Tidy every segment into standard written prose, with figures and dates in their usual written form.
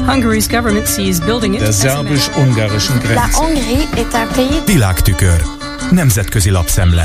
der szerbus-ungarischen Grenze. Világtükör. Nemzetközi lapszemle.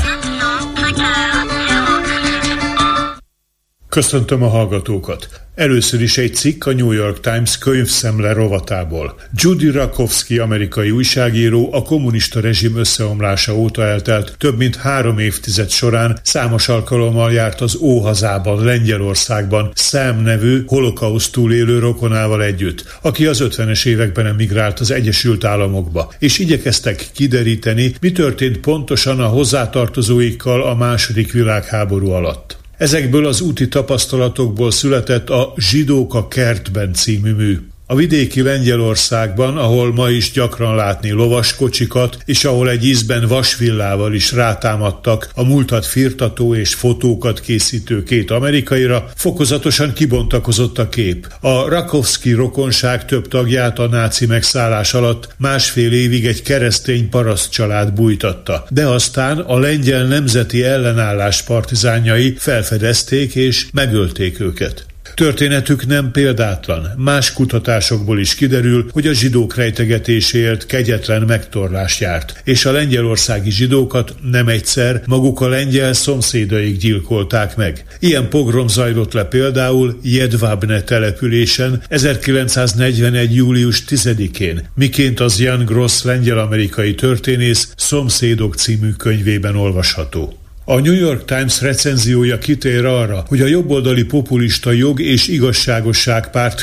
Köszöntöm a hallgatókat! Először is egy cikk a New York Times könyvszemle rovatából. Judy Rakowski amerikai újságíró a kommunista rezsim összeomlása óta eltelt több mint 3 évtized során számos alkalommal járt az óhazában, Lengyelországban Sam nevű holokauszt túlélő rokonával együtt, aki az 50-es években emigrált az Egyesült Államokba, és igyekeztek kideríteni, mi történt pontosan a hozzátartozóikkal a II. Világháború alatt. Ezekből az úti tapasztalatokból született a Zsidók a kertben című mű. A vidéki Lengyelországban, ahol ma is gyakran látni lovaskocsikat, és ahol egy ízben vasvillával is rátámadtak a múltat firtató és fotókat készítő 2 amerikaira, fokozatosan kibontakozott a kép. A Rakowski rokonság több tagját a náci megszállás alatt 1,5 évig egy keresztény parasztcsalád bújtatta, de aztán a lengyel nemzeti ellenállás partizánjai felfedezték és megölték őket. Történetük nem példátlan. Más kutatásokból is kiderül, hogy a zsidók rejtegetéséért kegyetlen megtorlás járt, és a lengyelországi zsidókat nem egyszer maguk a lengyel szomszédaik gyilkolták meg. Ilyen pogrom zajlott le például Jedwabne településen 1941. július 10-én, miként az Jan Gross lengyel-amerikai történész Szomszédok című könyvében olvasható. A New York Times recenziója kitér arra, hogy a jobboldali populista Jog és Igazságosság párt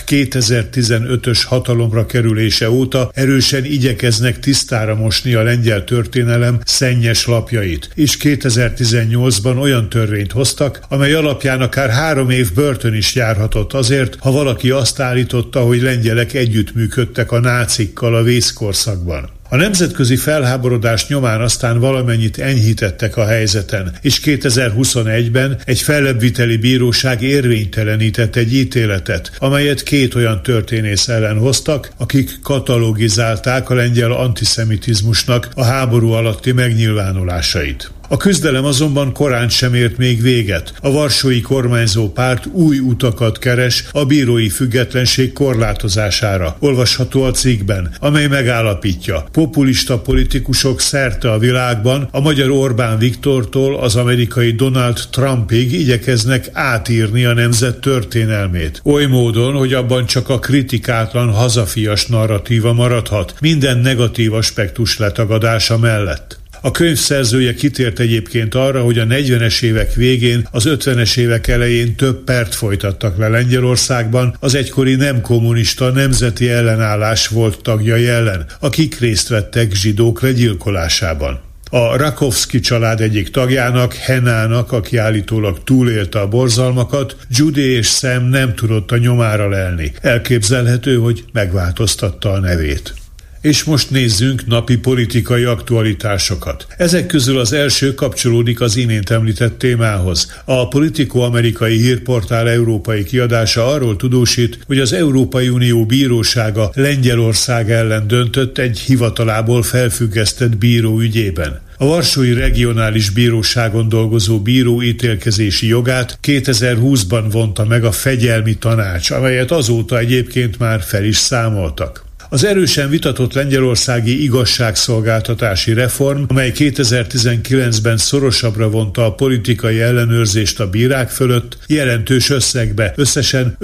2015-ös hatalomra kerülése óta erősen igyekeznek tisztára mosni a lengyel történelem szennyes lapjait, és 2018-ban olyan törvényt hoztak, amely alapján akár 3 év börtön is járhatott azért, ha valaki azt állította, hogy lengyelek együttműködtek a nácikkal a vészkorszakban. A nemzetközi felháborodás nyomán aztán valamennyit enyhítettek a helyzeten, és 2021-ben egy fellebbviteli bíróság érvénytelenített egy ítéletet, amelyet 2 olyan történész ellen hoztak, akik katalogizálták a lengyel antiszemitizmusnak a háború alatti megnyilvánulásait. A küzdelem azonban korán sem ért még véget. A varsói kormányzó párt új utakat keres a bírói függetlenség korlátozására. Olvasható a cikkben, amely megállapítja, populista politikusok szerte a világban a magyar Orbán Viktortól az amerikai Donald Trumpig igyekeznek átírni a nemzet történelmét. Oly módon, hogy abban csak a kritikátlan hazafias narratíva maradhat, minden negatív aspektus letagadása mellett. A könyv szerzője kitért egyébként arra, hogy a 40-es évek végén, az 50-es évek elején több pert folytattak le Lengyelországban az egykori nem kommunista nemzeti ellenállás volt tagjai ellen, akik részt vettek zsidók legyilkolásában. A Rakowski család egyik tagjának, Henának, aki állítólag túlélte a borzalmakat, Judy és Sam nem tudott a nyomára lelni. Elképzelhető, hogy megváltoztatta a nevét. És most nézzünk napi politikai aktualitásokat. Ezek közül az első kapcsolódik az imént említett témához. A Politico amerikai hírportál európai kiadása arról tudósít, hogy az Európai Unió bírósága Lengyelország ellen döntött egy hivatalából felfüggesztett bíró ügyében. A Varsói Regionális Bíróságon dolgozó bíró ítélkezési jogát 2020-ban vonta meg a fegyelmi tanács, amelyet azóta egyébként már fel is számoltak. Az erősen vitatott lengyelországi igazságszolgáltatási reform, amely 2019-ben szorosabbra vonta a politikai ellenőrzést a bírák fölött, jelentős összegbe, összesen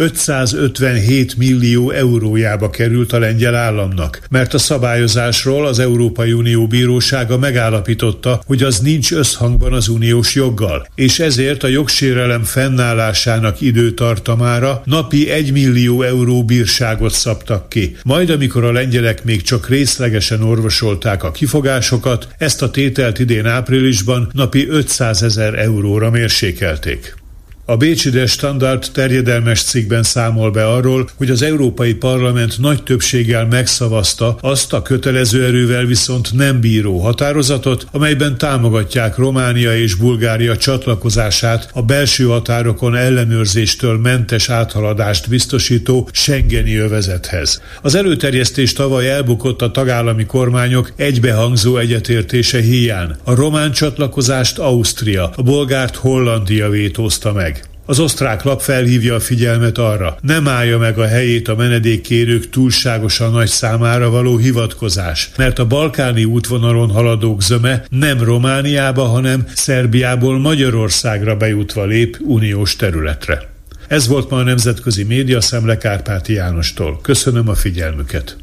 557 millió eurójába került a lengyel államnak, mert a szabályozásról az Európai Unió bírósága megállapította, hogy az nincs összhangban az uniós joggal, és ezért a jogsérelem fennállásának időtartamára napi 1 millió euró bírságot szabtak ki. Majd amikor a lengyelek még csak részlegesen orvosolták a kifogásokat, ezt a tételt idén áprilisban napi 500 000 euróra mérsékelték. A bécsi Der Standard terjedelmes cikkben számol be arról, hogy az Európai Parlament nagy többséggel megszavazta azt a kötelező erővel viszont nem bíró határozatot, amelyben támogatják Románia és Bulgária csatlakozását a belső határokon ellenőrzéstől mentes áthaladást biztosító Schengeni övezethez. Az előterjesztés tavaly elbukott a tagállami kormányok egybehangzó egyetértése híján. A román csatlakozást Ausztria, a bolgárt Hollandia vétózta meg. Az osztrák lap felhívja a figyelmet arra, nem állja meg a helyét a menedékkérők túlságosan nagy számára való hivatkozás, mert a balkáni útvonalon haladók zöme nem Romániába, hanem Szerbiából Magyarországra bejutva lép uniós területre. Ez volt ma a Nemzetközi Média Szemle Kárpáti Jánostól. Köszönöm a figyelmüket.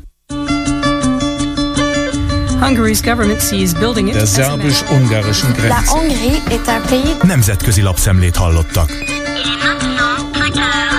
Der szerbus-ungarischen Grenze. Nemzetközi lapszemlét hallottak. Il est maintenant 5 heures.